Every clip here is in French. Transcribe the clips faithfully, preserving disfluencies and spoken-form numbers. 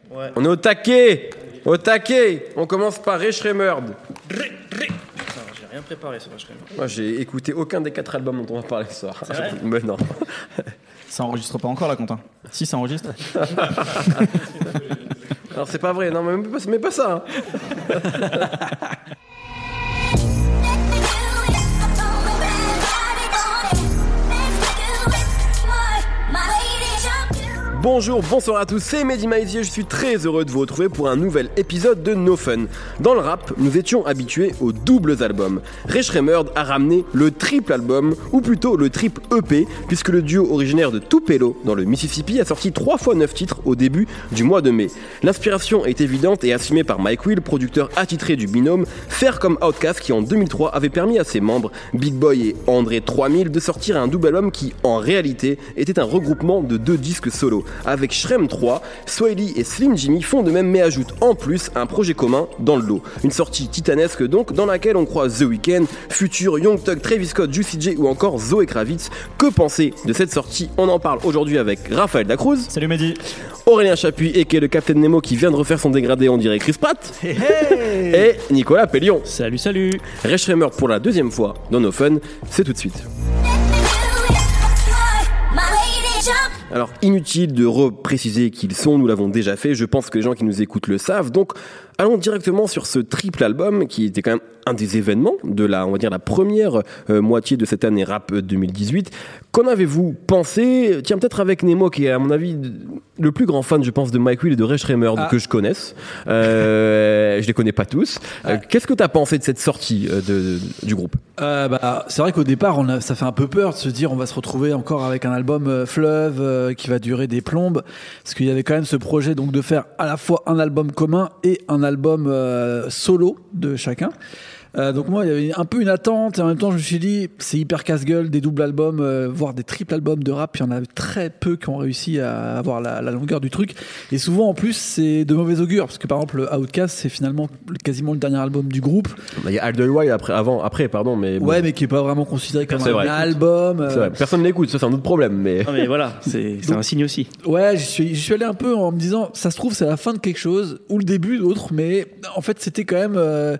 Ouais. On est au taquet. Au taquet. On commence par Ray Shremmerd. Putain, j'ai rien préparé sur Shremmerd. Moi, j'ai écouté aucun des quatre albums dont on va parler ce soir. C'est vrai ? Mais non. Ça enregistre pas encore là, Quentin? Si, ça enregistre. Alors c'est pas vrai, non mais pas, mais pas ça. Hein. Bonjour, bonsoir à tous, c'est Mehdi Maizier, je suis très heureux de vous retrouver pour un nouvel épisode de No Fun. Dans le rap, nous étions habitués aux doubles albums. Ray Shremmerd a ramené le triple album, ou plutôt le triple E P, puisque le duo originaire de Tupelo, dans le Mississippi, a sorti trois fois neuf titres au début du mois de mai. L'inspiration est évidente et assumée par Mike Will, producteur attitré du binôme, faire comme Outkast qui en deux mille trois avait permis à ses membres, Big Boy et André trois mille, de sortir un double album qui, en réalité, était un regroupement de deux disques solo. Avec Shrem trois, Swae Lee et Slim Jxmmi font de même mais ajoutent en plus un projet commun dans le lot. Une sortie titanesque donc dans laquelle on croise The Weeknd, Future, Young Thug, Travis Scott, Juicy J ou encore Zoé Kravitz. Que penser de cette sortie? On en parle aujourd'hui avec Raphaël Dacruz. Salut Mehdi. Aurélien Chapuis et qui est le Captain Nemo qui vient de refaire son dégradé, on dirait Chris Pratt. Hey, hey. Et Nicolas Pellion. Salut, salut. Ray Shremmerd pour la deuxième fois dans No Fun, c'est tout de suite. Alors, inutile de repréciser qui ils sont, nous l'avons déjà fait, je pense que les gens qui nous écoutent le savent, donc allons directement sur ce triple album qui était quand même un des événements de la, on va dire, la première euh, moitié de cette année rap deux mille dix-huit. Qu'en avez-vous pensé? Tiens, peut-être avec Nemo, qui est à mon avis le plus grand fan, je pense, de Mike Will et de Ray Shremmerd ah. que je connaisse. Euh, je les connais pas tous. Euh, Qu'est-ce que tu as pensé de cette sortie euh, de, de, du groupe? euh, bah, C'est vrai qu'au départ, on a, ça fait un peu peur de se dire on va se retrouver encore avec un album euh, fleuve euh, qui va durer des plombes, parce qu'il y avait quand même ce projet donc de faire à la fois un album commun et un album euh, solo de chacun. Euh, donc moi il y avait un peu une attente et en même temps je me suis dit c'est hyper casse-gueule des doubles albums, euh, voire des triples albums de rap, il y en a très peu qui ont réussi à avoir la, la longueur du truc et souvent en plus c'est de mauvais augure parce que par exemple Outkast c'est finalement quasiment le dernier album du groupe. Il y a Idlewild après, avant, après pardon mais bon. Ouais mais qui est pas vraiment considéré comme c'est un vrai. album. Euh... C'est vrai. Personne l'écoute, ça c'est un autre problème mais. Non mais voilà, c'est, c'est un signe aussi. Ouais j'y suis, j'y suis allé un peu en me disant ça se trouve c'est la fin de quelque chose ou le début d'autre, mais en fait c'était quand même euh,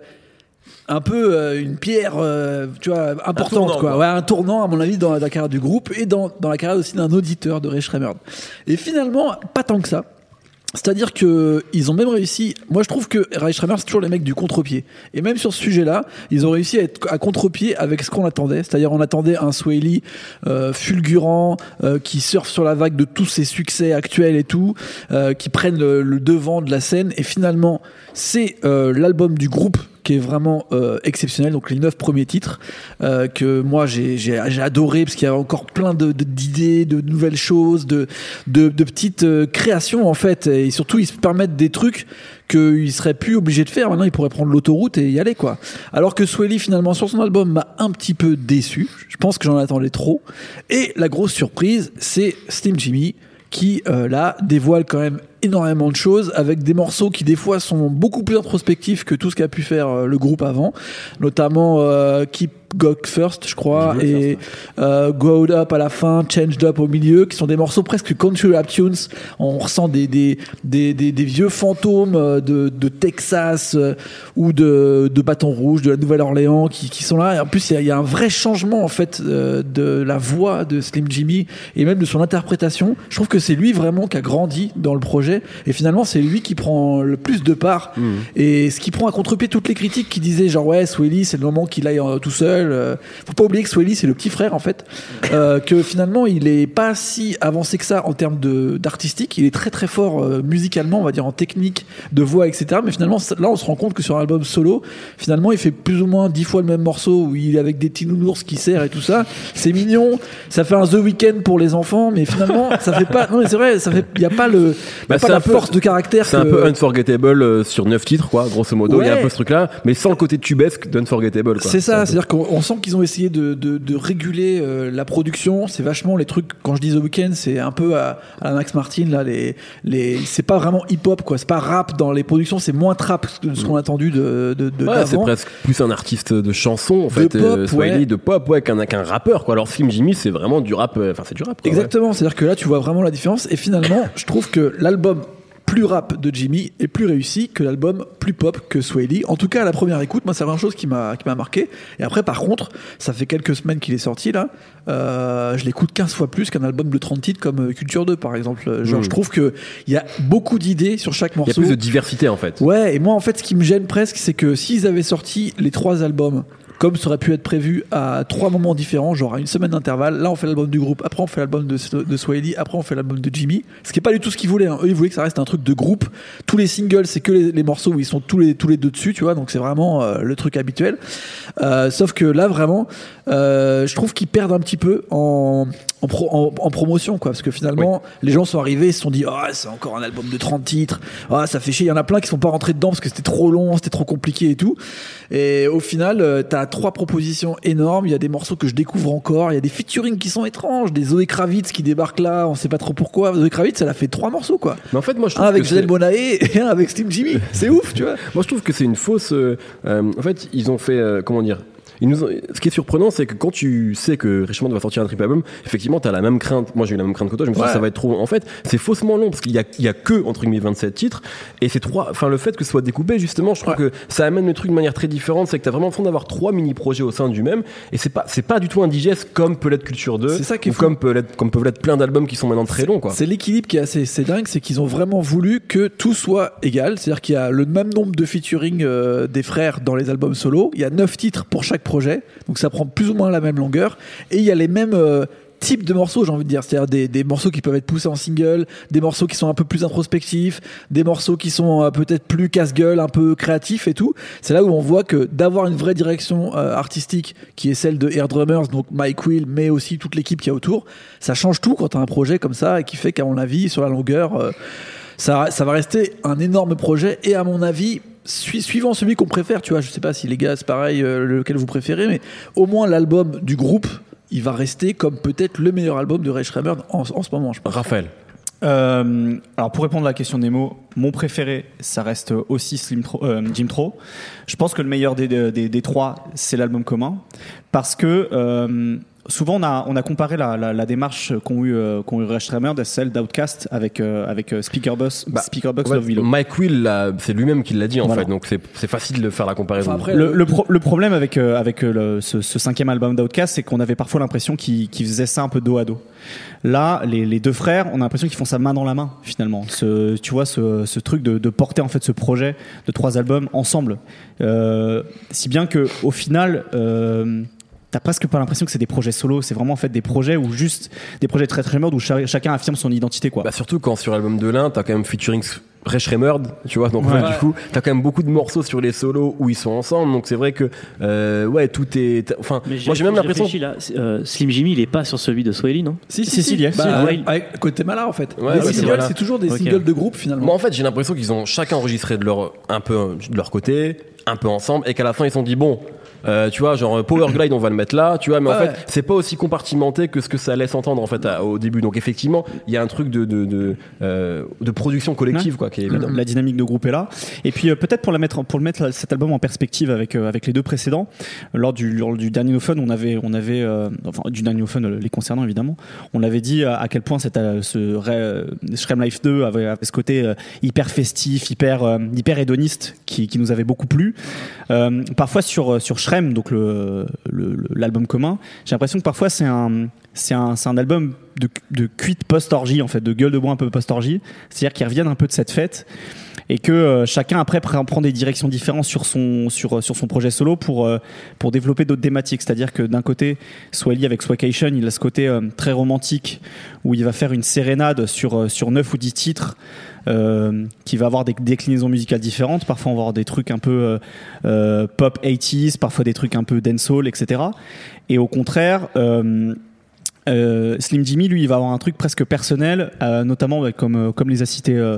un peu euh, une pierre euh, tu vois importante, un tournant, quoi. quoi ouais un tournant à mon avis dans la carrière du groupe et dans, dans la carrière aussi d'un auditeur de Ray Shremmerd. Et finalement pas tant que ça, c'est-à-dire que ils ont même réussi, moi je trouve que Ray Shremmerd c'est toujours les mecs du contre-pied et même sur ce sujet-là ils ont réussi à être à contre-pied avec ce qu'on attendait, c'est-à-dire on attendait un Swae Lee euh, fulgurant euh, qui surfe sur la vague de tous ses succès actuels et tout, euh, qui prennent le, le devant de la scène et finalement c'est euh, l'album du groupe qui est vraiment euh, exceptionnel, donc les neuf premiers titres euh, que moi j'ai, j'ai, j'ai adoré parce qu'il y avait encore plein de, de, d'idées, de nouvelles choses, de, de, de petites euh, créations en fait, et surtout ils se permettent des trucs qu'ils seraient plus obligés de faire. Maintenant ils pourraient prendre l'autoroute et y aller quoi. Alors que Swae Lee finalement sur son album m'a un petit peu déçu, je pense que j'en attendais trop, et la grosse surprise c'est Slim Jxmmi qui euh, là dévoile quand même énormément de choses avec des morceaux qui des fois sont beaucoup plus introspectifs que tout ce qu'a pu faire euh, le groupe avant, notamment euh, Keep Go First je crois et euh, Go Up à la fin, Changed Up au milieu, qui sont des morceaux presque country rap tunes. On ressent des des des des, des vieux fantômes de de Texas euh, ou de de Baton Rouge, de la Nouvelle-Orléans qui qui sont là. Et en plus il y a, y a un vrai changement en fait euh, de la voix de Slim Jxmmi et même de son interprétation. Je trouve que c'est lui vraiment qui a grandi dans le projet et finalement c'est lui qui prend le plus de part mmh. et ce qui prend à contre-pied toutes les critiques qui disaient genre ouais Swae Lee c'est le moment qu'il aille euh, tout seul. Euh, faut pas oublier que Swae Lee c'est le petit frère en fait, euh, que finalement il est pas si avancé que ça en termes de d'artistique, il est très très fort euh, musicalement on va dire en technique de voix etc, mais finalement là on se rend compte que sur un album solo finalement il fait plus ou moins dix fois le même morceau où il est avec des petits nounours qui serrent et tout ça, c'est mignon, ça fait un The Weeknd pour les enfants mais finalement ça fait pas, non mais c'est vrai ça fait, y a pas le bah, pas la peu, force de caractère c'est que... un peu Unforgettable euh, sur neuf titres quoi grosso modo, il ouais. y a un peu ce truc là mais sans le côté tubesque d'Unforgettable quoi. C'est ça, c'est à dire qu'on on sent qu'ils ont essayé de, de, de réguler euh, la production, c'est vachement les trucs, quand je dis The Weeknd c'est un peu à, à la Max Martin là, les, les, c'est pas vraiment hip hop quoi, c'est pas rap dans les productions, c'est moins trap de ce qu'on a attendu de, de, de ouais, d'avant. C'est presque plus un artiste de chanson en de fait, pop, euh, Swae Lee ouais. de pop ouais, qu'un, qu'un rappeur quoi. Alors Slim Jxmmi c'est vraiment du rap, enfin euh, c'est du rap quoi, exactement, ouais. C'est à dire que là tu vois vraiment la différence et finalement je trouve que l'album plus rap de Jimmy est plus réussi que l'album plus pop que Sway Lee. En tout cas, à la première écoute, moi, c'est la chose qui m'a, qui m'a marqué. Et après, par contre, ça fait quelques semaines qu'il est sorti, là. Euh, je l'écoute quinze fois plus qu'un album de trente titres comme Culture deux, par exemple. Genre, mmh. je trouve qu'il y a beaucoup d'idées sur chaque morceau. Il y a plus de diversité, en fait. Ouais, et moi, en fait, ce qui me gêne presque, c'est que s'ils avaient sorti les trois albums comme ça aurait pu être prévu à trois moments différents, genre à une semaine d'intervalle. Là, on fait l'album du groupe, après on fait l'album de, de Sway Lee, après on fait l'album de Jimmy. Ce qui est pas du tout ce qu'ils voulaient. Hein. Eux, ils voulaient que ça reste un truc de groupe. Tous les singles, c'est que les, les morceaux où ils sont tous les tous les deux dessus, tu vois. Donc c'est vraiment euh, le truc habituel. Euh, sauf que là, vraiment, euh, je trouve qu'ils perdent un petit peu en en, pro, en, en promotion, quoi, parce que finalement, oui. les gens sont arrivés, ils se sont dit, ah, oh, c'est encore un album de trente titres. Ah, oh, ça fait chier. Il y en a plein qui sont pas rentrés dedans parce que c'était trop long, c'était trop compliqué et tout. Et au final, euh, t'as trois propositions énormes, il y a des morceaux que je découvre encore, il y a des featuring qui sont étranges, des Zoé Kravitz qui débarquent là, on sait pas trop pourquoi. Zoé Kravitz, elle a fait trois morceaux, quoi. Mais en fait, moi je trouve un avec que Janelle Monáe et un avec Slim Jimmy. C'est ouf, tu vois. Moi je trouve que c'est une fausse. Euh, euh, en fait, ils ont fait euh, comment dire. Ils nous ont... Ce qui est surprenant, c'est que quand tu sais que Richmond va sortir un triple album, effectivement, t'as la même crainte. Moi, j'ai eu la même crainte que toi. Je me suis dit, ouais. ça va être trop long. En fait, c'est faussement long parce qu'il y a, il y a que, entre guillemets, vingt-sept titres. Et c'est trois, enfin, le fait que ce soit découpé, justement, je trouve ouais. que ça amène le truc de manière très différente. C'est que t'as vraiment l'impression d'avoir trois mini-projets au sein du même. Et c'est pas, c'est pas du tout indigeste comme peut l'être Culture deux. C'est ça qui est ou fou. Comme, peut l'être, comme peuvent l'être plein d'albums qui sont maintenant très longs, quoi. C'est l'équilibre qui est assez, c'est dingue. C'est qu'ils ont vraiment voulu que tout soit égal. C'est-à-dire qu'il y a le même nombre de featuring euh, des frères dans les albums solo. Il y a neuf titres pour chaque projet. Donc ça prend plus ou moins la même longueur et il y a les mêmes euh, types de morceaux, j'ai envie de dire, c'est-à-dire des, des morceaux qui peuvent être poussés en single, des morceaux qui sont un peu plus introspectifs, des morceaux qui sont euh, peut-être plus casse-gueule, un peu créatifs et tout. C'est là où on voit que d'avoir une vraie direction euh, artistique qui est celle de Air Drummers, donc Mike Will, mais aussi toute l'équipe qui est autour, ça change tout quand t'as un projet comme ça et qui fait qu'à mon avis, sur la longueur, euh, ça, ça va rester un énorme projet et à mon avis, suivant celui qu'on préfère, tu vois, je sais pas si les gars c'est pareil euh, lequel vous préférez, mais au moins l'album du groupe il va rester comme peut-être le meilleur album de Ray Schremer en, en ce moment, je pense. Raphaël. Euh, alors pour répondre à la question des mots, mon préféré ça reste aussi Slim Tro, euh, Jim Tro. Je pense que le meilleur des, des, des trois c'est l'album commun parce que euh, souvent on a, on a comparé la, la, la démarche qu'ont eu, euh, qu'ont eu Ray Schremer de celle d'Outkast avec, euh, avec euh, Speakerbox, bah, Speakerbox ouais, Love Willow. Mike Will, là, c'est lui-même qui l'a dit en voilà. fait, donc c'est, c'est facile de faire la comparaison. Enfin, après, le, le, pro, le problème avec, euh, avec le, ce, ce cinquième album d'Outkast, c'est qu'on avait parfois l'impression qu'il, qu'il faisait ça un peu dos à dos. Là, les, les deux frères, on a l'impression qu'ils font ça main dans la main finalement. Ce, tu vois, ce, ce truc de, de porter en fait ce projet de trois albums ensemble, euh, si bien que au final. Euh, T'as presque pas l'impression que c'est des projets solo, c'est vraiment en fait des projets où juste des projets très très morts où cha- chacun affirme son identité, quoi. Bah surtout quand sur l'album de l'un, t'as quand même featuring Ray Schremer, tu vois, donc ouais. ouais, du coup t'as quand même beaucoup de morceaux sur les solos où ils sont ensemble, donc c'est vrai que euh, ouais tout est, enfin moi j'ai même l'impression là, euh, Slim Jimmy il est pas sur celui de Sway Lee, non? Si si si, si, si, si bah, si ouais, avec côté Mala en fait. Ouais, les ouais, singles, c'est, voilà. c'est toujours des okay. singles de groupe finalement. Moi en fait j'ai l'impression qu'ils ont chacun enregistré de leur un peu de leur côté, un peu ensemble, et qu'à la fin ils se sont dit bon. Euh, tu vois, genre Powerglide, on va le mettre là, tu vois, mais ouais. en fait, c'est pas aussi compartimenté que ce que ça laisse entendre en fait à, au début. Donc effectivement, il y a un truc de de de, euh, de production collective, ouais. quoi, qui est évident. La dynamique de groupe est là. Et puis euh, peut-être pour la mettre, pour le mettre cet album en perspective avec euh, avec les deux précédents, lors du lors du dernier No Fun, on avait on avait euh, enfin du dernier No Fun les concernant évidemment, on avait dit à quel point cette ce euh, Shrem Life deux avait, avait ce côté euh, hyper festif, hyper euh, hyper hédoniste qui qui nous avait beaucoup plu. Euh, parfois sur sur donc le, le, l'album commun, j'ai l'impression que parfois c'est un c'est un c'est un album de de cuite post-orgie en fait, de gueule de bois un peu post-orgie, c'est-à-dire qu'ils reviennent un peu de cette fête et que euh, chacun après prend des directions différentes sur son sur sur son projet solo pour euh, pour développer d'autres thématiques, c'est-à-dire que d'un côté Sway Lee avec Swaycation, il a ce côté euh, très romantique où il va faire une sérénade sur euh, sur neuf ou dix titres. Euh, qui va avoir des déclinaisons musicales différentes. Parfois on va avoir des trucs un peu euh, euh, pop eighties, parfois des trucs un peu dancehall, et cetera. Et au contraire, euh, euh, Slim Jimmy, lui, il va avoir un truc presque personnel, euh, notamment bah, comme euh, comme les a cités euh,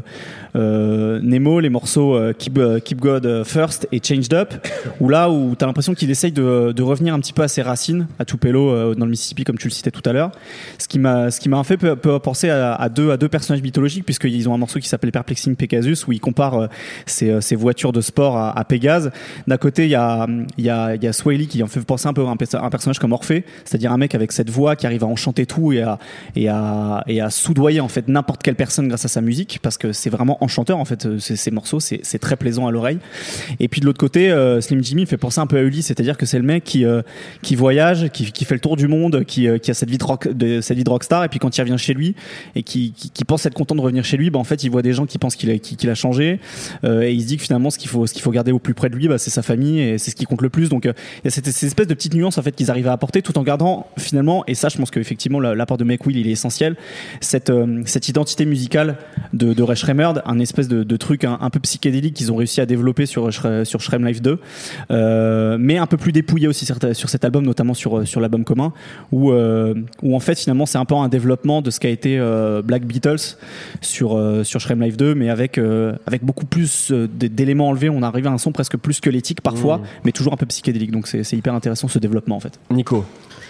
euh, Nemo, les morceaux euh, Keep, uh, Keep God First et Changed Up, où là où t'as l'impression qu'il essaye de, de revenir un petit peu à ses racines, à Tupelo euh, dans le Mississippi, comme tu le citais tout à l'heure. Ce qui m'a ce qui m'a fait peu, peu penser à, à deux à deux personnages mythologiques, puisqu'ils ont un morceau qui s'appelle Perplexing Pegasus, où ils comparent euh, ces, ces voitures de sport à, à Pégase. D'un côté, il y a il y a il y a Sway Lee qui en fait penser un peu à un, un personnage comme Orphée, c'est-à-dire un mec avec cette voix qui arrive à enchanter tout et à et à et à soudoyer en fait n'importe quelle personne grâce à sa musique, parce que c'est vraiment enchanteur en fait ces, ces morceaux, c'est c'est très plaisant à l'oreille. Et puis de l'autre côté, euh, Slim Jimmy me fait penser un peu à Ulysse, c'est-à-dire que c'est le mec qui euh, qui voyage, qui qui fait le tour du monde, qui euh, qui a cette vie de rock de cette vie de rockstar, et puis quand il revient chez lui et qui qui, qui pense être content de revenir chez lui, bah en fait il voit des gens qui pensent qu'il a qu'il a changé, euh, et il se dit que finalement ce qu'il faut ce qu'il faut garder au plus près de lui, bah c'est sa famille, et c'est ce qui compte le plus. Donc euh, il y a cette, cette espèce de petite nuance en fait qu'ils arrivent à apporter, tout en gardant finalement, et ça je pense que effectivement l'apport de Make Will il est essentiel, cette euh, cette identité musicale de de Ray Shremmerd, un espèce de, de truc un, un peu psychédélique qu'ils ont réussi à développer sur sur Shrem Life deux, euh, mais un peu plus dépouillé aussi sur, sur cet album, notamment sur sur l'album commun, où euh, où en fait finalement c'est un peu un développement de ce qu'a été euh, Black Beatles sur euh, sur Shrem Life deux, mais avec euh, avec beaucoup plus euh, d'éléments enlevés. On arrive à un son presque plus squelettique parfois, mmh. mais toujours un peu psychédélique. Donc c'est c'est hyper intéressant ce développement en fait. Nico,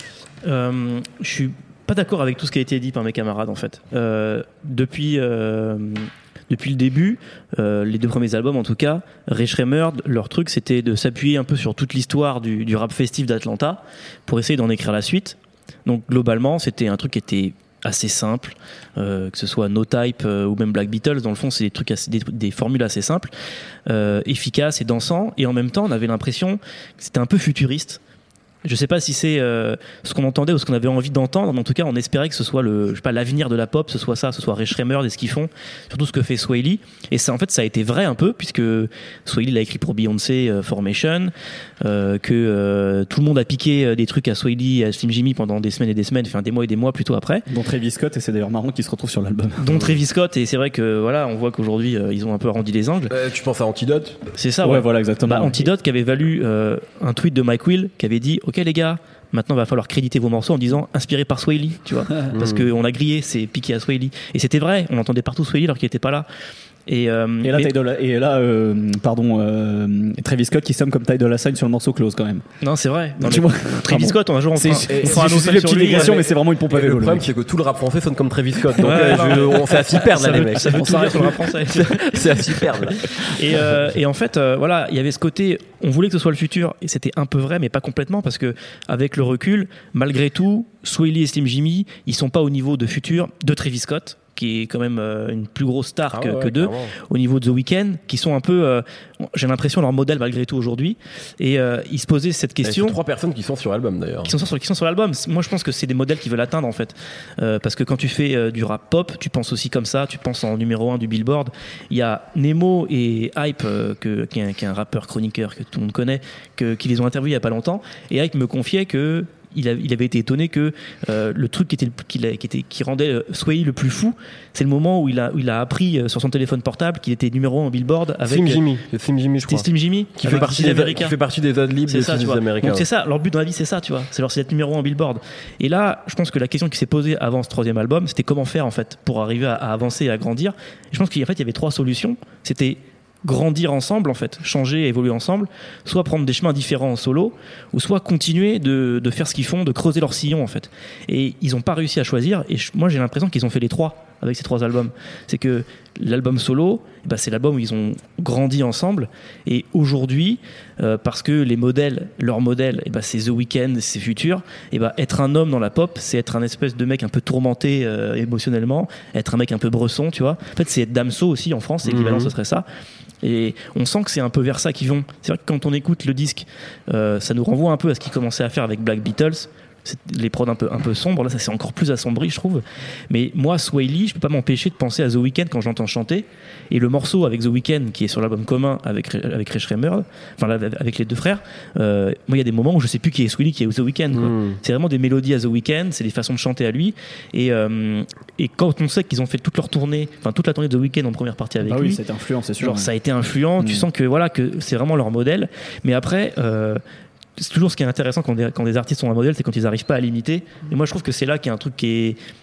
euh, je suis pas d'accord avec tout ce qui a été dit par mes camarades en fait. Euh, depuis euh, depuis le début, euh, les deux premiers albums en tout cas, Ray Shremmerd, leur truc c'était de s'appuyer un peu sur toute l'histoire du, du rap festif d'Atlanta pour essayer d'en écrire la suite. Donc globalement, c'était un truc qui était assez simple, euh, que ce soit No Type euh, ou même Black Beatles. Dans le fond, c'est des trucs assez, des, des formules assez simples, euh, efficaces et dansants, et en même temps, on avait l'impression que c'était un peu futuriste. Je sais pas si c'est euh, ce qu'on entendait ou ce qu'on avait envie d'entendre, mais en tout cas on espérait que ce soit le, je sais pas, l'avenir de la pop, ce soit ça, ce soit Ray Shremmerd et ce qu'ils font, surtout ce que fait Sway Lee. Et ça en fait ça a été vrai un peu, puisque Sway Lee l'a écrit pour Beyoncé, euh, Formation, euh, que euh, tout le monde a piqué des trucs à Sway Lee et à Slim Jimmy pendant des semaines et des semaines, enfin des mois et des mois plutôt après. Dont Travis Scott, et c'est d'ailleurs marrant qu'il se retrouve sur l'album. Dont Travis Scott, et c'est vrai que voilà, on voit qu'aujourd'hui euh, ils ont un peu arrondi les angles. Euh, tu penses à Antidote ? C'est ça, ouais, ouais. voilà exactement. Bah, Antidote qui avait valu euh, un tweet de Mike Will qui avait dit ok les gars, maintenant, il va falloir créditer vos morceaux en disant inspiré par Sway Lee, tu vois, parce qu'on a grillé, c'est piqué à Sway Lee. Et c'était vrai, on entendait partout Sway Lee alors qu'il n'était pas là. Et, euh, et là, mais... Tidal, et là euh, pardon, euh, Travis Scott qui somme comme Ty Dolla $ign sur le morceau Close quand même. Non, c'est vrai. Non, tu vois, Travis Scott, on un jour on fera, c'est, on fera c'est un autre sur lui. Digression, mais c'est vraiment une pompe à vélo. Le problème, c'est que tout le rap français sonne comme Travis Scott. Donc, ouais, euh, non, je, on fait à s'y perdre, là, les mecs. Ça veut tout dire sur le rap français. C'est à s'y perdre, là. Et, euh, et en fait, euh, voilà, il y avait ce côté, on voulait que ce soit le futur, et c'était un peu vrai, mais pas complètement, parce que avec le recul, malgré tout, Sway Lee et Slim Jimmy, ils sont pas au niveau de futur de Travis Scott, qui est quand même euh, une plus grosse star ah que, ouais, que d'eux, au niveau de The Weeknd, qui sont un peu, euh, j'ai l'impression, leur modèle malgré tout aujourd'hui. Et euh, ils se posaient cette question. Il y a trois personnes qui sont sur l'album d'ailleurs. Qui sont sur, qui sont sur l'album. Moi, je pense que c'est des modèles qu'ils veulent atteindre en fait, euh, parce que quand tu fais euh, du rap pop, tu penses aussi comme ça. Tu penses en numéro un du Billboard. Il y a Nemo et Hype, euh, que, qui, est un, qui est un rappeur chroniqueur que tout le monde connaît, que, qui les ont interviewés il y a pas longtemps. Et Hype me confiait que Il, a, il avait été étonné que euh, le truc qui, était, qui, qui, était, qui rendait Sway Lee le plus fou, c'est le moment où il a, où il a appris euh, sur son téléphone portable qu'il était numéro un au Billboard avec Slim Jimmy. C'est Slim Jimmy, je crois. C'était Slim Jimmy qui fait partie des qui fait partie des ad-libs des ça, Slim américains. Donc c'est ça, leur but dans la vie c'est ça, tu vois, c'est leur c'est d'être numéro un au Billboard. Et là, je pense que la question qui s'est posée avant ce troisième album, c'était comment faire en fait pour arriver à, à avancer et à grandir. Et je pense qu'en fait il y avait trois solutions. C'était grandir ensemble en fait, changer, évoluer ensemble, soit prendre des chemins différents en solo, ou soit continuer de, de faire ce qu'ils font, de creuser leur sillon en fait. Et ils n'ont pas réussi à choisir, et je, moi j'ai l'impression qu'ils ont fait les trois avec ces trois albums. C'est que l'album solo, bah, c'est l'album où ils ont grandi ensemble, et aujourd'hui, euh, parce que les modèles, leurs modèles, et bah, c'est The Weeknd, c'est Future, et bah, être un homme dans la pop, c'est être un espèce de mec un peu tourmenté euh, émotionnellement, être un mec un peu bresson, tu vois. En fait, c'est être Damso aussi en France, l'équivalent mm-hmm. ce serait ça. Et on sent que c'est un peu vers ça qu'ils vont. C'est vrai que quand on écoute le disque, euh, ça nous renvoie un peu à ce qu'ils commençaient à faire avec Black Beatles. C'est les prods un peu, un peu sombres, là ça c'est encore plus assombri je trouve. Mais moi Sway Lee, je peux pas m'empêcher de penser à The Weeknd quand j'entends chanter. Et le morceau avec The Weeknd qui est sur l'album commun avec, avec Ray Shremmerd, enfin avec les deux frères, euh, moi il y a des moments où je sais plus qui est Sway Lee, qui est The Weeknd quoi. Mm. C'est vraiment des mélodies à The Weeknd, c'est des façons de chanter à lui. Et, euh, et quand on sait qu'ils ont fait toute leur tournée, enfin toute la tournée de The Weeknd en première partie avec ah lui, oui, c'est influent, c'est sûr. Genre, ça a été influent, mm. tu sens que voilà que c'est vraiment leur modèle. Mais après euh, c'est toujours ce qui est intéressant quand des, quand des artistes ont un modèle, c'est quand ils n'arrivent pas à l'imiter. Et moi, je trouve que c'est là qu'il y a un truc qui est,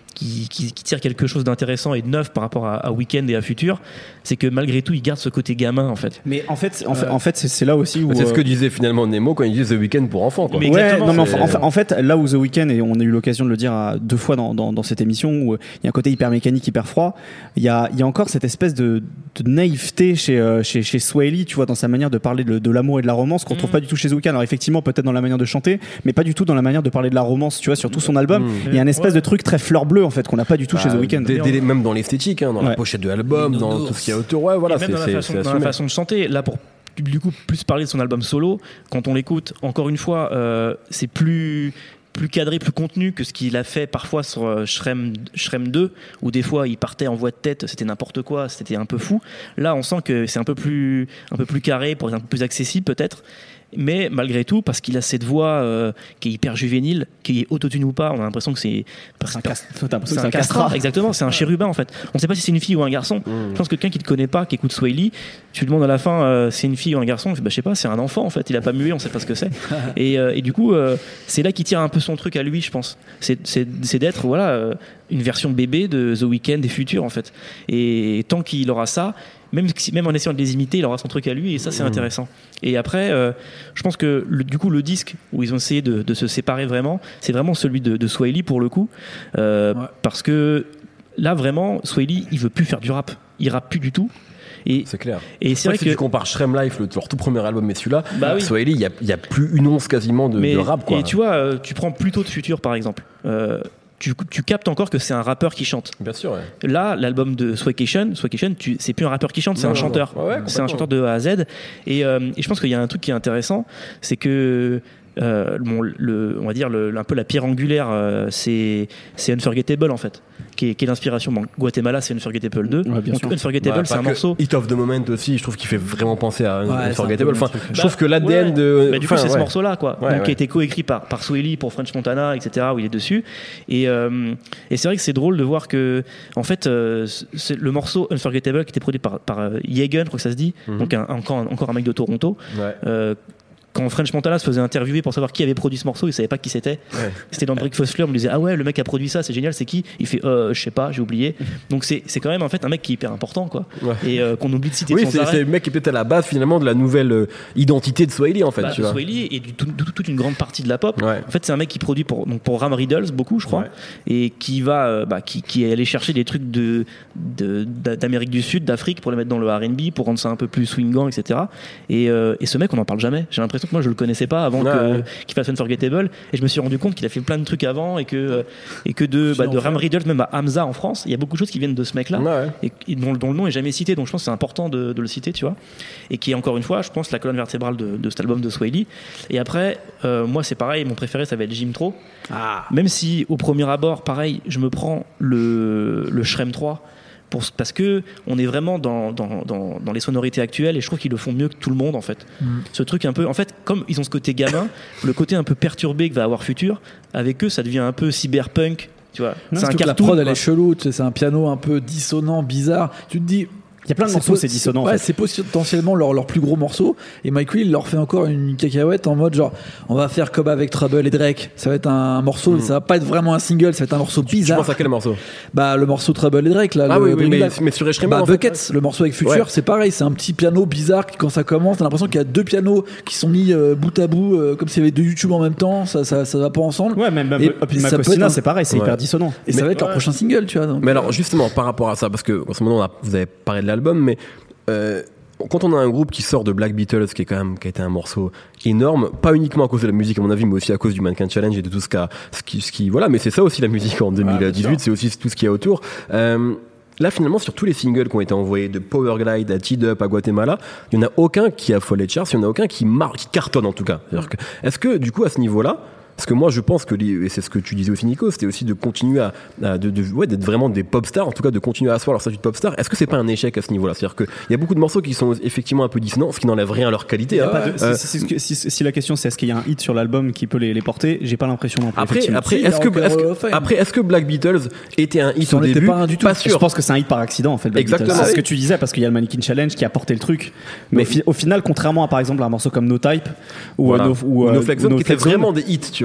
qui, qui, qui tire quelque chose d'intéressant et de neuf par rapport à, à Weeknd et à Future, c'est que malgré tout, il garde ce côté gamin en fait. Mais en fait, en fait, en fait c'est, c'est là aussi où c'est ce que disait finalement Nemo quand il disait The Weeknd pour enfants. Quoi. Mais ouais, non, mais c'est... en, fait, en fait, là où The Weeknd, et on a eu l'occasion de le dire à, deux fois dans, dans, dans cette émission, où il y a un côté hyper mécanique, hyper froid, il y a, il y a encore cette espèce de, de naïveté chez, euh, chez, chez Swae Lee, tu vois, dans sa manière de parler de, de l'amour et de la romance, qu'on mmh. trouve pas du tout chez The Weeknd. Alors effectivement, peut-être dans la manière de chanter, mais pas du tout dans la manière de parler de la romance, tu vois, sur tout son album. Mmh. Il y a une espèce ouais. de truc très fleur bleue en fait qu'on n'a pas du tout bah, chez The Weeknd. Dès, dès, même dans l'esthétique, hein, dans ouais. la pochette de l'album, dans tout ce qu'il y a autour, ouais, voilà, et même c'est, dans, la c'est, façon, c'est dans la façon de chanter. Là, pour du coup plus parler de son album solo, quand on l'écoute, encore une fois, euh, c'est plus plus cadré, plus contenu que ce qu'il a fait parfois sur euh, Shrem, Shrem deux, où des fois il partait en voix de tête, c'était n'importe quoi, c'était un peu fou. Là, on sent que c'est un peu plus un peu plus carré, pour être un peu plus accessible peut-être. Mais malgré tout, parce qu'il a cette voix euh, qui est hyper juvénile, qui est autotune ou pas, on a l'impression que c'est, c'est un, cast... c'est un, c'est un castrat. Exactement, c'est un chérubin en fait. On ne sait pas si c'est une fille ou un garçon. Mmh. Je pense que quelqu'un qui ne te connaît pas, qui écoute Swae Lee, tu lui demandes à la fin euh, c'est une fille ou un garçon, bah, je sais pas, c'est un enfant en fait. Il a pas mué, on sait pas ce que c'est. et, euh, et du coup, euh, c'est là qu'il tire un peu son truc à lui, je pense. C'est, c'est, c'est d'être voilà euh, une version bébé de The Weeknd et Future en fait. Et tant qu'il aura ça. Même, même en essayant de les imiter, il aura son truc à lui et ça c'est mmh. intéressant. Et après, euh, je pense que le, du coup le disque où ils ont essayé de, de se séparer vraiment, c'est vraiment celui de, de Swae Lee pour le coup, euh, ouais. parce que là vraiment, Swae Lee il veut plus faire du rap, il rappe plus du tout. Et, c'est clair. Et c'est, c'est vrai que si tu compares Shrem Life, le, leur tout premier album, mais celui-là, bah oui. Swae Lee, il y a, y a plus une once quasiment de, mais, de rap quoi. Et tu vois, euh, tu prends plutôt de Future par exemple. Euh, Tu, tu captes encore que c'est un rappeur qui chante. Bien sûr. Ouais. Là, l'album de Swacation, Swacation, tu, c'est plus un rappeur qui chante, c'est non, un non, chanteur. Non. Ouais, c'est un chanteur de A à Z. Et, euh, et je pense qu'il y a un truc qui est intéressant, c'est que euh, bon, le, on va dire le, un peu la pierre angulaire, euh, c'est, c'est Unforgettable en fait, qui est, qui est l'inspiration. Bon, Guatemala, c'est Unforgettable deux. Ouais, Donc Unforgettable, bah, c'est un morceau. Hit of the Moment aussi, je trouve qu'il fait vraiment penser à ouais, Unforgettable. Enfin, je bah, trouve que l'A D N ouais, de. Bah, du coup, enfin, c'est ouais. ce morceau-là, quoi, ouais, donc, ouais. qui a été coécrit par par Swae Lee pour French Montana, et cetera, où il est dessus. Et euh, et c'est vrai que c'est drôle de voir que, en fait, euh, c'est le morceau Unforgettable qui était produit par par euh, Yegan, je crois que ça se dit, mm-hmm. donc un, encore encore un mec de Toronto. Ouais. Euh, quand French Montana se faisait interviewer pour savoir qui avait produit ce morceau, il savait pas qui c'était. Ouais. C'était dans Breakfast Club, on me disait ah ouais, le mec a produit ça, c'est génial, c'est qui? Il fait euh, je sais pas, j'ai oublié. Donc c'est c'est quand même en fait un mec qui est hyper important quoi. Ouais. Et euh, qu'on oublie de citer oui, sans c'est, arrêt. c'est le mec qui est peut-être à la base finalement de la nouvelle euh, identité de Swae Lee en fait. Bah, tu vois. Swae Lee et du, tout, tout, toute une grande partie de la pop. Ouais. En fait, c'est un mec qui produit pour donc pour Ram Riddles beaucoup, je crois, ouais. et qui va euh, bah, qui qui est allé chercher des trucs de, de d'Amérique du Sud, d'Afrique pour les mettre dans le R and B, pour rendre ça un peu plus swingant, et cetera. Et euh, et ce mec, on n'en parle jamais. J'ai l'impression que moi je le connaissais pas avant ouais, que, ouais. qu'il fasse Unforgettable, et je me suis rendu compte qu'il a fait plein de trucs avant et que et que de bah, de Ram Riddles même à Hamza en France, il y a beaucoup de choses qui viennent de ce mec là ouais. et, et dont, dont le nom est jamais cité, donc je pense que c'est important de, de le citer, tu vois, et qui est encore une fois je pense la colonne vertébrale de, de cet album de Swae Lee. Et après euh, moi c'est pareil, mon préféré ça va être Jim Tro, ah. même si au premier abord pareil je me prends le, le Shrem trois pour, parce que on est vraiment dans, dans, dans, dans les sonorités actuelles et je trouve qu'ils le font mieux que tout le monde en fait. Mm. Ce truc un peu, en fait, comme ils ont ce côté gamin, le côté un peu perturbé que va avoir Future, avec eux ça devient un peu cyberpunk, tu vois. Non, c'est un cartoon, la prod elle est chelou, tu sais, c'est un piano un peu dissonant, bizarre. Tu te dis. Il y a plein de morceaux, c'est, c'est dissonant. Ouais, en fait. c'est potentiellement leur, leur plus gros morceau. Et Mike Will leur fait encore une cacahuète en mode genre, on va faire comme avec Trouble et Drake. Ça va être un morceau, mmh. ça va pas être vraiment un single, ça va être un morceau bizarre. Tu penses à quel morceau? Bah, le morceau Trouble et Drake, là. Ah le, oui, oui, mais, mais, mais sur Eshrem, bah, en Buckets, fait. le morceau avec Future, ouais. c'est pareil, c'est un petit piano bizarre qui, quand ça commence, t'as l'impression qu'il y a deux pianos qui sont mis euh, bout à bout, euh, comme s'il y avait deux YouTube en même temps, ça, ça, ça va pas ensemble. Ouais, même, et, et Makosina, un... c'est pareil, c'est ouais. hyper dissonant. Et mais, ça va être leur ouais. prochain single, tu vois. Donc. Mais alors, justement, par rapport à ça, parce que, en ce moment, on a, vous avez parlé de l'album, mais, Euh, quand on a un groupe qui sort de Black Beatles, qui est quand même, qui a été un morceau énorme, pas uniquement à cause de la musique à mon avis, mais aussi à cause du Mannequin Challenge et de tout ce, qu'a, ce qui, ce qui, voilà, mais c'est ça aussi la musique en deux mille dix-huit, ah, c'est aussi tout ce qu'il y a autour. Euh, Là, finalement, sur tous les singles qui ont été envoyés de Powerglide à T-Dup à Guatemala, il n'y en a aucun qui a follé les charts, il n'y en a aucun qui marque, qui cartonne en tout cas. C'est-à-dire que, est-ce que, du coup, à ce niveau-là, parce que moi, je pense que, les, et c'est ce que tu disais aussi, Nico, c'était aussi de continuer à, à de, de, ouais, d'être vraiment des pop stars, en tout cas de continuer à asseoir leur statut de pop star. Est-ce que c'est pas un échec à ce niveau-là? C'est-à-dire qu'il y a beaucoup de morceaux qui sont effectivement un peu dissonants, ce qui n'enlève rien à leur qualité. Hein. De, euh, si, si, si, si la question c'est est-ce qu'il y a un hit sur l'album qui peut les, les porter, j'ai pas l'impression non plus. Après, après, si, est-ce que, est-ce que, après, est-ce que Black Beatles était un hit ça au début? Pas, un du tout. Pas sûr. Je pense que c'est un hit par accident en fait. Black Exactement. Beatles. C'est ce que tu disais parce qu'il y a le Mannequin Challenge qui a porté le truc. Mais, Mais au final, contrairement à par exemple un morceau comme No Type ou voilà. No, ou, ou No Flex Zone, no qui étaient vraiment des hits, tu vois.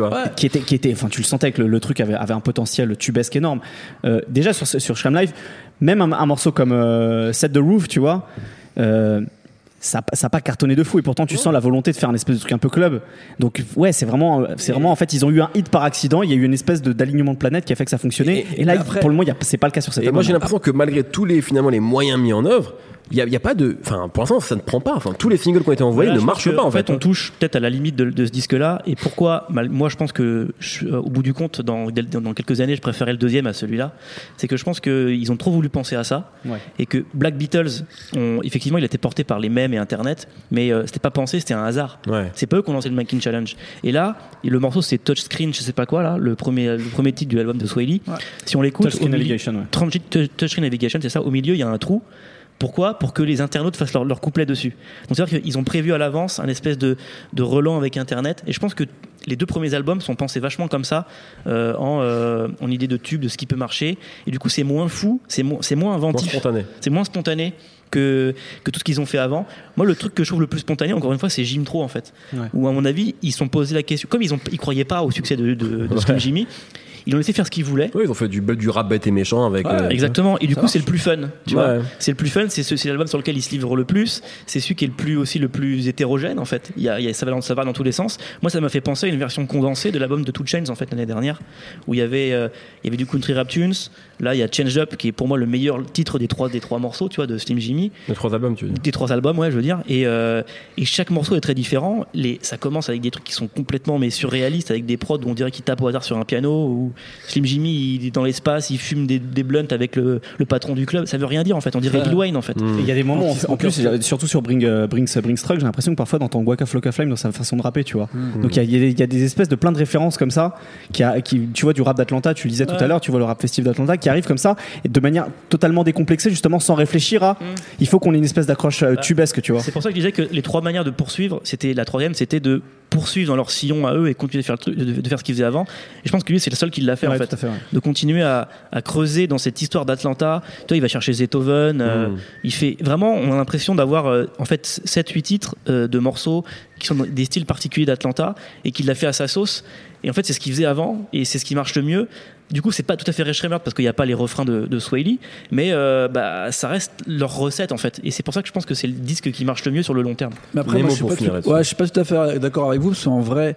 vois. Ouais. Qui était, qui était, enfin, tu le sentais que le, le truc avait, avait un potentiel tubesque énorme. Euh, déjà sur sur Shram Live, même un, un morceau comme euh, Set the Roof, tu vois. Euh, ça n'a pas cartonné de fou et pourtant tu ouais. sens la volonté de faire un espèce de truc un peu club. Donc ouais, c'est vraiment c'est vraiment en fait ils ont eu un hit par accident, il y a eu une espèce de d'alignement de planète qui a fait que ça fonctionnait et, et, et là après, pour le moment c'est pas le cas sur cette et album. Moi j'ai l'impression que malgré tous les finalement les moyens mis en œuvre, il y a, y a pas de, enfin pour l'instant ça ne prend pas. Enfin tous les singles qui ont été envoyés voilà, ne marchent pas en fait. En fait on touche peut-être à la limite de, de ce disque-là. Et pourquoi mal, moi je pense que je, euh, au bout du compte dans, dans quelques années je préférais le deuxième à celui-là. C'est que je pense qu'ils ont trop voulu penser à ça ouais. et que Black Beatles, ont, effectivement il a été porté par les mèmes et Internet, mais euh, c'était pas pensé, c'était un hasard. Ouais. C'est pas eux qui ont lancé le Making Challenge. Et là le morceau c'est Touchscreen, je sais pas quoi là, le premier le premier titre de l'album de Sway Lee. Ouais. Si on l'écoute, Touchscreen Navigation, ouais. Touchscreen Navigation, c'est ça. Au milieu il y a un trou. Pourquoi ? Pour que les internautes fassent leur, leur couplet dessus. Donc c'est-à-dire qu'ils ont prévu à l'avance un espèce de, de relan avec Internet. Et je pense que les deux premiers albums sont pensés vachement comme ça, euh, en, euh, en idée de tube, de ce qui peut marcher. Et du coup, c'est moins fou, c'est, mo- c'est moins inventif. Moins spontané. C'est moins spontané que, que tout ce qu'ils ont fait avant. Moi, le truc que je trouve le plus spontané, encore une fois, c'est Jim Tro, en fait. Ouais. Où, à mon avis, ils se sont posé la question. Comme ils ne ils croyaient pas au succès de, de, de Slim Jimmy, ils ont laissé faire ce qu'ils voulaient. Oui, ils ont fait du, du rap bête et méchant avec. Ouais, euh, exactement. Et du coup, marche. C'est le plus fun. Tu ouais. vois, c'est le plus fun. C'est, ce, c'est l'album sur lequel ils se livrent le plus. C'est celui qui est le plus aussi le plus hétérogène en fait. Il y a, il y a ça va, ça va dans tous les sens. Moi, ça m'a fait penser à une version condensée de l'album de two Chainz en fait l'année dernière, où il y avait euh, il y avait du country rap tunes. Là, il y a Change Up qui est pour moi le meilleur titre des trois des trois morceaux, tu vois, de Slim Jimmy. Des trois albums, tu veux dire. Des trois albums, ouais, je veux dire. Et euh, et chaque morceau est très différent. Les, ça commence avec des trucs qui sont complètement mais surréalistes, avec des prods où on dirait qu'ils tapent au hasard sur un piano. Ou Slim Jimmy il est dans l'espace, il fume des, des blunts avec le, le patron du club. Ça veut rien dire en fait. On dirait Lil Wayne en fait. Mmh. Il y a des moments en, en plus, surtout sur Bring uh, Bring, Bring Struck, j'ai l'impression que parfois d'entends Waka Flocka Flame dans sa façon de rapper, tu vois. Mmh. Donc il y, y, y a des espèces de plein de références comme ça, qui, a, qui tu vois du rap d'Atlanta, tu le disais tout ouais. à l'heure, tu vois le rap festif d'Atlanta qui arrive comme ça et de manière totalement décomplexée, justement sans réfléchir à. Mmh. Il faut qu'on ait une espèce d'accroche euh, tubesque, tu vois. C'est pour ça que je disais que les trois manières de poursuivre, c'était la troisième, c'était de poursuivre dans leur sillon à eux et continuer de faire, le truc, de, de faire ce qu'ils faisaient avant. Et je pense que lui, c'est le seul qui l'a fait ouais, en fait, fait ouais. de continuer à, à creuser dans cette histoire d'Atlanta. Tu vois, il va chercher Beethoven. Euh, mmh. Il fait vraiment, on a l'impression d'avoir euh, en fait sept huit titres euh, de morceaux qui sont des styles particuliers d'Atlanta et qu'il l'a fait à sa sauce. Et en fait, c'est ce qu'il faisait avant et c'est ce qui marche le mieux. Du coup, c'est pas tout à fait Ray Shremmerd parce qu'il n'y a pas les refrains de, de Sway Lee, mais euh, bah, ça reste leur recette en fait. Et c'est pour ça que je pense que c'est le disque qui marche le mieux sur le long terme. Mais après, moi, je, suis pas tout, ouais, je suis pas tout à fait d'accord avec vous parce qu'en vrai,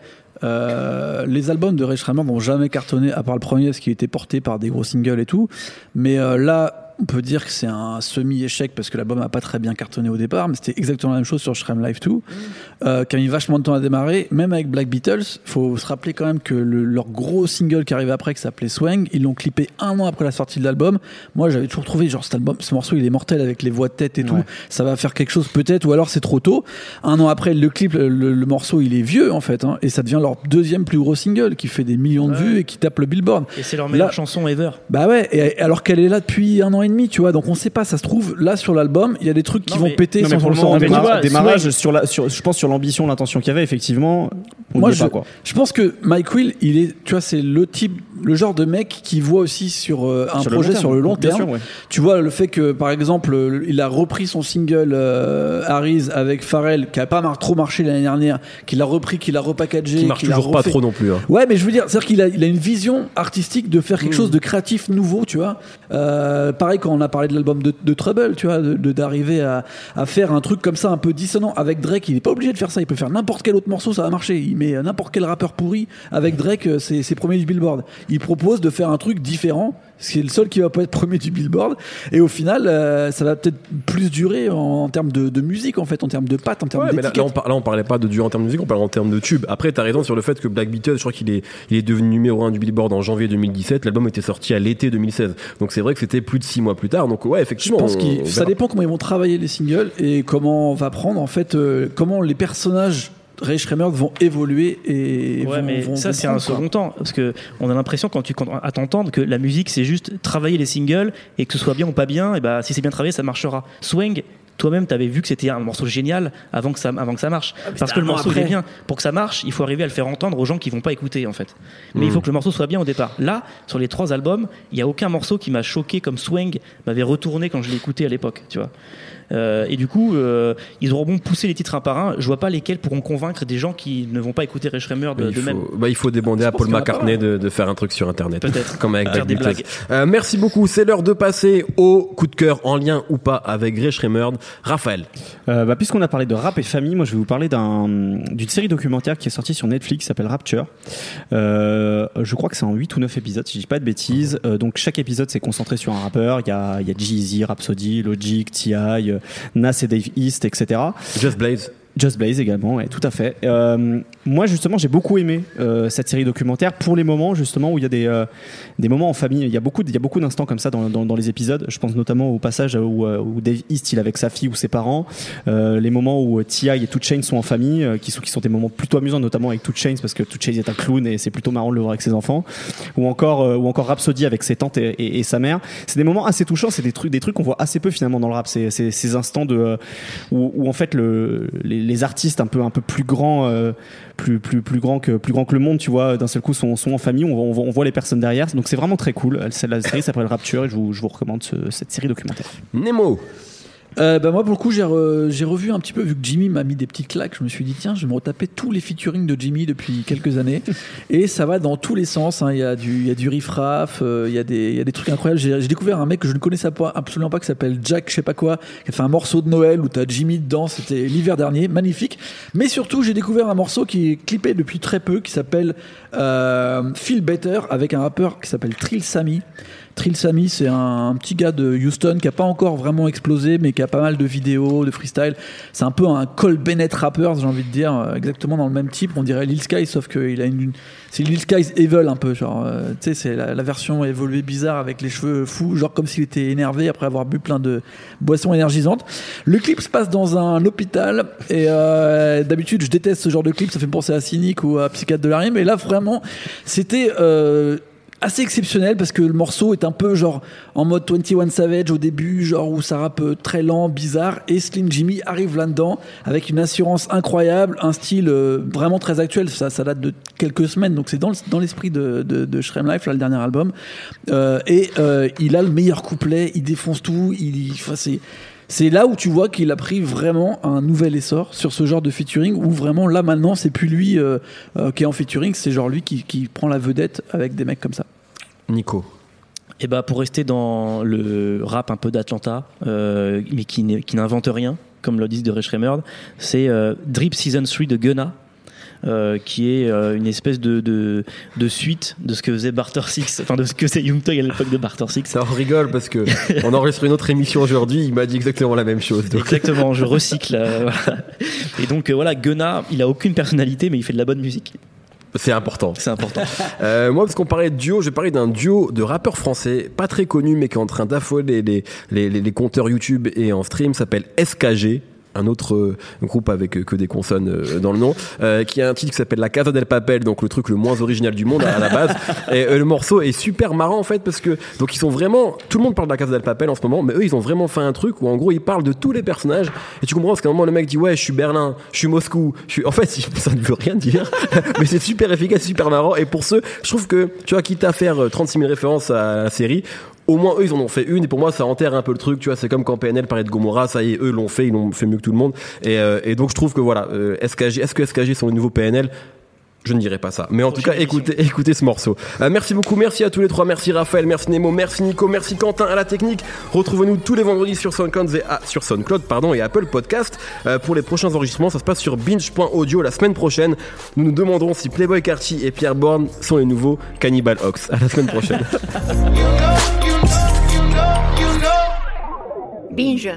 euh, les albums de Ray Shremmerd n'ont jamais cartonné à part le premier, parce qu'il était porté par des gros singles et tout. Mais euh, là, on peut dire que c'est un semi-échec parce que l'album n'a pas très bien cartonné au départ, mais c'était exactement la même chose sur Shram Live deux, mmh. euh, qui a mis vachement de temps à démarrer. Même avec Black Beatles, il faut se rappeler quand même que le, leur gros single qui arrivait après, qui s'appelait Swing, ils l'ont clippé un an après la sortie de l'album. Moi, j'avais toujours trouvé, genre, cet album, ce morceau, il est mortel avec les voix de tête et ouais. tout. Ça va faire quelque chose peut-être, ou alors c'est trop tôt. Un an après, le clip, le, le morceau, il est vieux en fait, hein, et ça devient leur deuxième plus gros single qui fait des millions de ouais. vues et qui tape le Billboard. Et c'est leur meilleure là, chanson ever. Bah ouais, et alors qu'elle est là depuis un an et demi, tu vois, donc on sait pas, ça se trouve là sur l'album il y a des trucs qui non, vont mais, péter non, sans pour le moment, démarrage, démarrage sur la, sur, je pense sur l'ambition, l'intention qu'il y avait effectivement. On Moi, je, pas, quoi. je pense que Mike Will, il est, tu vois, c'est le type, le genre de mec qui voit aussi sur euh, un sur projet le sur le long terme. Sûr, ouais. Tu vois le fait que par exemple, il a repris son single euh, Harry's avec Pharrell, qui a pas mar- trop marché l'année dernière, qu'il a repris, qu'il a repackagé, qui marche qu'il toujours a pas trop non plus. Hein. Ouais, mais je veux dire, c'est-à-dire qu'il a, il a une vision artistique de faire quelque mmh. chose de créatif, nouveau, tu vois. Euh, pareil quand on a parlé de l'album de, de Trouble, tu vois, de, de, d'arriver à, à faire un truc comme ça un peu dissonant avec Drake. Il est pas obligé de faire ça, il peut faire n'importe quel autre morceau, ça va marcher. Il met n'importe quel rappeur pourri avec Drake, c'est, c'est premier du Billboard. Il propose de faire un truc différent, c'est le seul qui va pas être premier du Billboard, et au final euh, ça va peut-être plus durer en, en termes de, de musique en fait, en termes de patte, en termes ouais, d'étiquette. Là, là, on par, là on parlait pas de durer en termes de musique, on parlait en termes de tube. Après t'as raison sur le fait que Black Beatles, je crois qu'il est, il est devenu numéro un du Billboard en janvier deux mille dix-sept, l'album était sorti à l'été deux mille seize, donc c'est vrai que c'était plus de six mois plus tard, donc ouais effectivement. Je pense que ça dépend comment ils vont travailler les singles et comment on va prendre en fait euh, comment les personnages Ray Shremmerd vont évoluer et ouais, vont, mais vont, ça vont c'est un second temps parce que on a l'impression quand tu quand, à t'entendre que la musique c'est juste travailler les singles et que ce soit bien ou pas bien, et bah si c'est bien travaillé ça marchera. Swing, toi-même t'avais vu que c'était un morceau génial avant que ça avant que ça marche ah, parce que le morceau après... il est bien. Pour que ça marche il faut arriver à le faire entendre aux gens qui vont pas écouter en fait, mais mmh. il faut que le morceau soit bien au départ. Là sur les trois albums il y a aucun morceau qui m'a choqué comme Swing m'avait retourné quand je l'ai écouté à l'époque, tu vois. Euh, et du coup, euh, ils auront bon pousser les titres un par un. Je vois pas lesquels pourront convaincre des gens qui ne vont pas écouter Ray Schremer de, il de faut, même. Bah, il faut demander à Paul McCartney de, de faire un truc sur Internet. Peut-être. Comme avec Faire des blagues. Euh, merci beaucoup. C'est l'heure de passer au coup de cœur en lien ou pas avec Ray Schremer. Raphaël. Euh, bah, puisqu'on a parlé de rap et famille, moi je vais vous parler d'un, d'une série documentaire qui est sortie sur Netflix qui s'appelle Rapture. Euh, je crois que c'est en huit ou neuf épisodes, si je dis pas de bêtises. Euh, donc chaque épisode c'est concentré sur un rappeur. Il y a, il y a Jeezy, Rhapsody, Logic, T I, euh, Nas et Dave East, et cetera. Just Blaze. Just Blaze également, ouais, tout à fait. Euh, moi justement, j'ai beaucoup aimé euh, cette série documentaire pour les moments justement où il y a des euh, des moments en famille. Il y a beaucoup, il y a beaucoup d'instants comme ça dans, dans dans les épisodes. Je pense notamment au passage où, où Dave East il est avec sa fille ou ses parents, euh, les moments où T I et two Chainz sont en famille, euh, qui sont qui sont des moments plutôt amusants, notamment avec two Chainz parce que two Chainz est un clown et c'est plutôt marrant de le voir avec ses enfants, ou encore euh, ou encore Rhapsody avec ses tantes et, et, et sa mère. C'est des moments assez touchants. C'est des trucs des trucs qu'on voit assez peu finalement dans le rap. C'est c'est ces instants de euh, où, où en fait le les, les artistes un peu un peu plus grands, euh, plus plus plus grands que plus grands que le monde, tu vois, d'un seul coup sont sont en famille, on, on, on voit les personnes derrière, donc c'est vraiment très cool. C'est la série s'appelle Rapture et je vous je vous recommande ce, cette série documentaire. Nemo. Euh, bah moi pour le coup j'ai, re, j'ai revu un petit peu, vu que Jimmy m'a mis des petites claques, je me suis dit tiens je vais me retaper tous les featuring de Jimmy depuis quelques années et ça va dans tous les sens, hein. Il y a du, il y a du riff-raff, euh, il y a des, il y a des trucs incroyables. J'ai, j'ai découvert un mec que je ne connaissais pas, absolument pas, qui s'appelle Jack je sais pas quoi, qui a fait un morceau de Noël où t'as Jimmy dedans, c'était l'hiver dernier, magnifique. Mais surtout j'ai découvert un morceau qui est clippé depuis très peu qui s'appelle euh, Feel Better avec un rappeur qui s'appelle Trill Sammy. Trill Sammy, c'est un, un petit gars de Houston qui a pas encore vraiment explosé, mais qui a pas mal de vidéos, de freestyle. C'est un peu un Cole Bennett rapper, j'ai envie de dire, exactement dans le même type. On dirait Lil Sky, sauf qu'il a une, une c'est Lil Sky's Evil un peu, genre, euh, tu sais, c'est la, la version évoluée bizarre avec les cheveux fous, genre comme s'il était énervé après avoir bu plein de boissons énergisantes. Le clip se passe dans un hôpital et euh, d'habitude, je déteste ce genre de clip, ça fait penser à Cynic ou à Psychiatre de la Rime, et là vraiment, c'était euh, assez exceptionnel parce que le morceau est un peu genre en mode vingt et un Savage au début, genre où ça rappe très lent, bizarre, et Slim Jimmy arrive là-dedans avec une assurance incroyable, un style euh, vraiment très actuel, ça, ça date de quelques semaines, donc c'est dans, le, dans l'esprit de, de, de Shrem Life, là, le dernier album, euh, et euh, il a le meilleur couplet, il défonce tout, il, enfin, c'est C'est là où tu vois qu'il a pris vraiment un nouvel essor sur ce genre de featuring, où vraiment là maintenant c'est plus lui euh, euh, qui est en featuring, c'est genre lui qui, qui prend la vedette avec des mecs comme ça. Nico. Et bah pour rester dans le rap un peu d'Atlanta, euh, mais qui, qui n'invente rien, comme le disent de Ray Schremer, c'est euh, Drip Season trois de Gunna. Euh, qui est euh, une espèce de, de, de suite de ce que faisait Barter Six, enfin de ce que c'est Young Thug à l'époque de Barter Six. Ça on rigole parce que on enregistre une autre émission aujourd'hui, il m'a dit exactement la même chose. Donc. Exactement, je recycle. Euh, voilà. Et donc euh, voilà, Gunna, il a aucune personnalité, mais il fait de la bonne musique. C'est important. C'est important. Euh, moi, parce qu'on parlait de duo, je vais parler d'un duo de rappeurs français, pas très connu, mais qui est en train d'affoler les, les, les, les compteurs YouTube et en stream, s'appelle S K G. Un autre euh, groupe avec euh, que des consonnes euh, dans le nom, euh, qui a un titre qui s'appelle La Casa del Papel, donc le truc le moins original du monde à, à la base. Et euh, le morceau est super marrant en fait parce que donc ils sont vraiment, tout le monde parle de La Casa del Papel en ce moment, mais eux ils ont vraiment fait un truc où en gros ils parlent de tous les personnages et tu comprends parce qu'à un moment le mec dit ouais je suis Berlin, je suis Moscou, je suis, en fait ça ne veut rien dire, mais c'est super efficace, super marrant. Et pour ceux, je trouve que tu vois quitte à faire trente-six mille références à la série, au moins eux ils en ont fait une et pour moi ça enterre un peu le truc, tu vois, c'est comme quand P N L parlait de Gomorrah, ça y est eux l'ont fait, ils l'ont fait mieux que tout le monde et, euh, et donc je trouve que voilà euh, S K G, est-ce que S K G sont les nouveaux P N L? Je ne dirais pas ça, mais en tout cas écoutez, écoutez ce morceau. Euh, merci beaucoup, merci à tous les trois, merci Raphaël, merci Nemo, merci Nico, merci Quentin à la technique. Retrouvez-nous tous les vendredis sur SoundCloud et, ah, sur SoundCloud pardon, et Apple Podcast. Euh, pour les prochains enregistrements, ça se passe sur binge point audio la semaine prochaine. Nous nous demanderons si Playboy Carti et Pierre Bourne sont les nouveaux Cannibal Ox. À la semaine prochaine. Binge.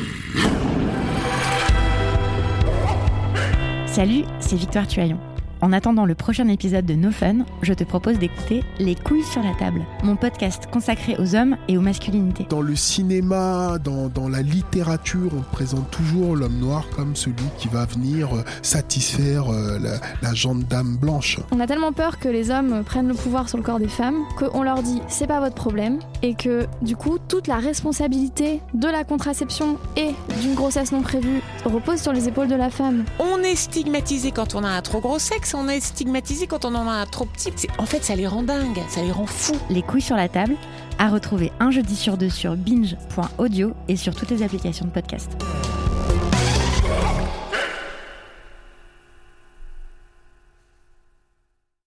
Salut, c'est Victoire Tuaillon. En attendant le prochain épisode de No Fun, je te propose d'écouter Les couilles sur la table, mon podcast consacré aux hommes et aux masculinités. Dans le cinéma, dans, dans la littérature, on présente toujours l'homme noir comme celui qui va venir satisfaire la, la gendarme blanche. On a tellement peur que les hommes prennent le pouvoir sur le corps des femmes qu'on leur dit c'est pas votre problème et que du coup toute la responsabilité de la contraception et d'une grossesse non prévue repose sur les épaules de la femme. On est stigmatisé quand on a un trop gros sexe, on est stigmatisé quand on en a un trop petit. C'est, en fait, ça les rend dingues, ça les rend fous. Les couilles sur la table, à retrouver un jeudi sur deux sur binge point audio et sur toutes les applications de podcast.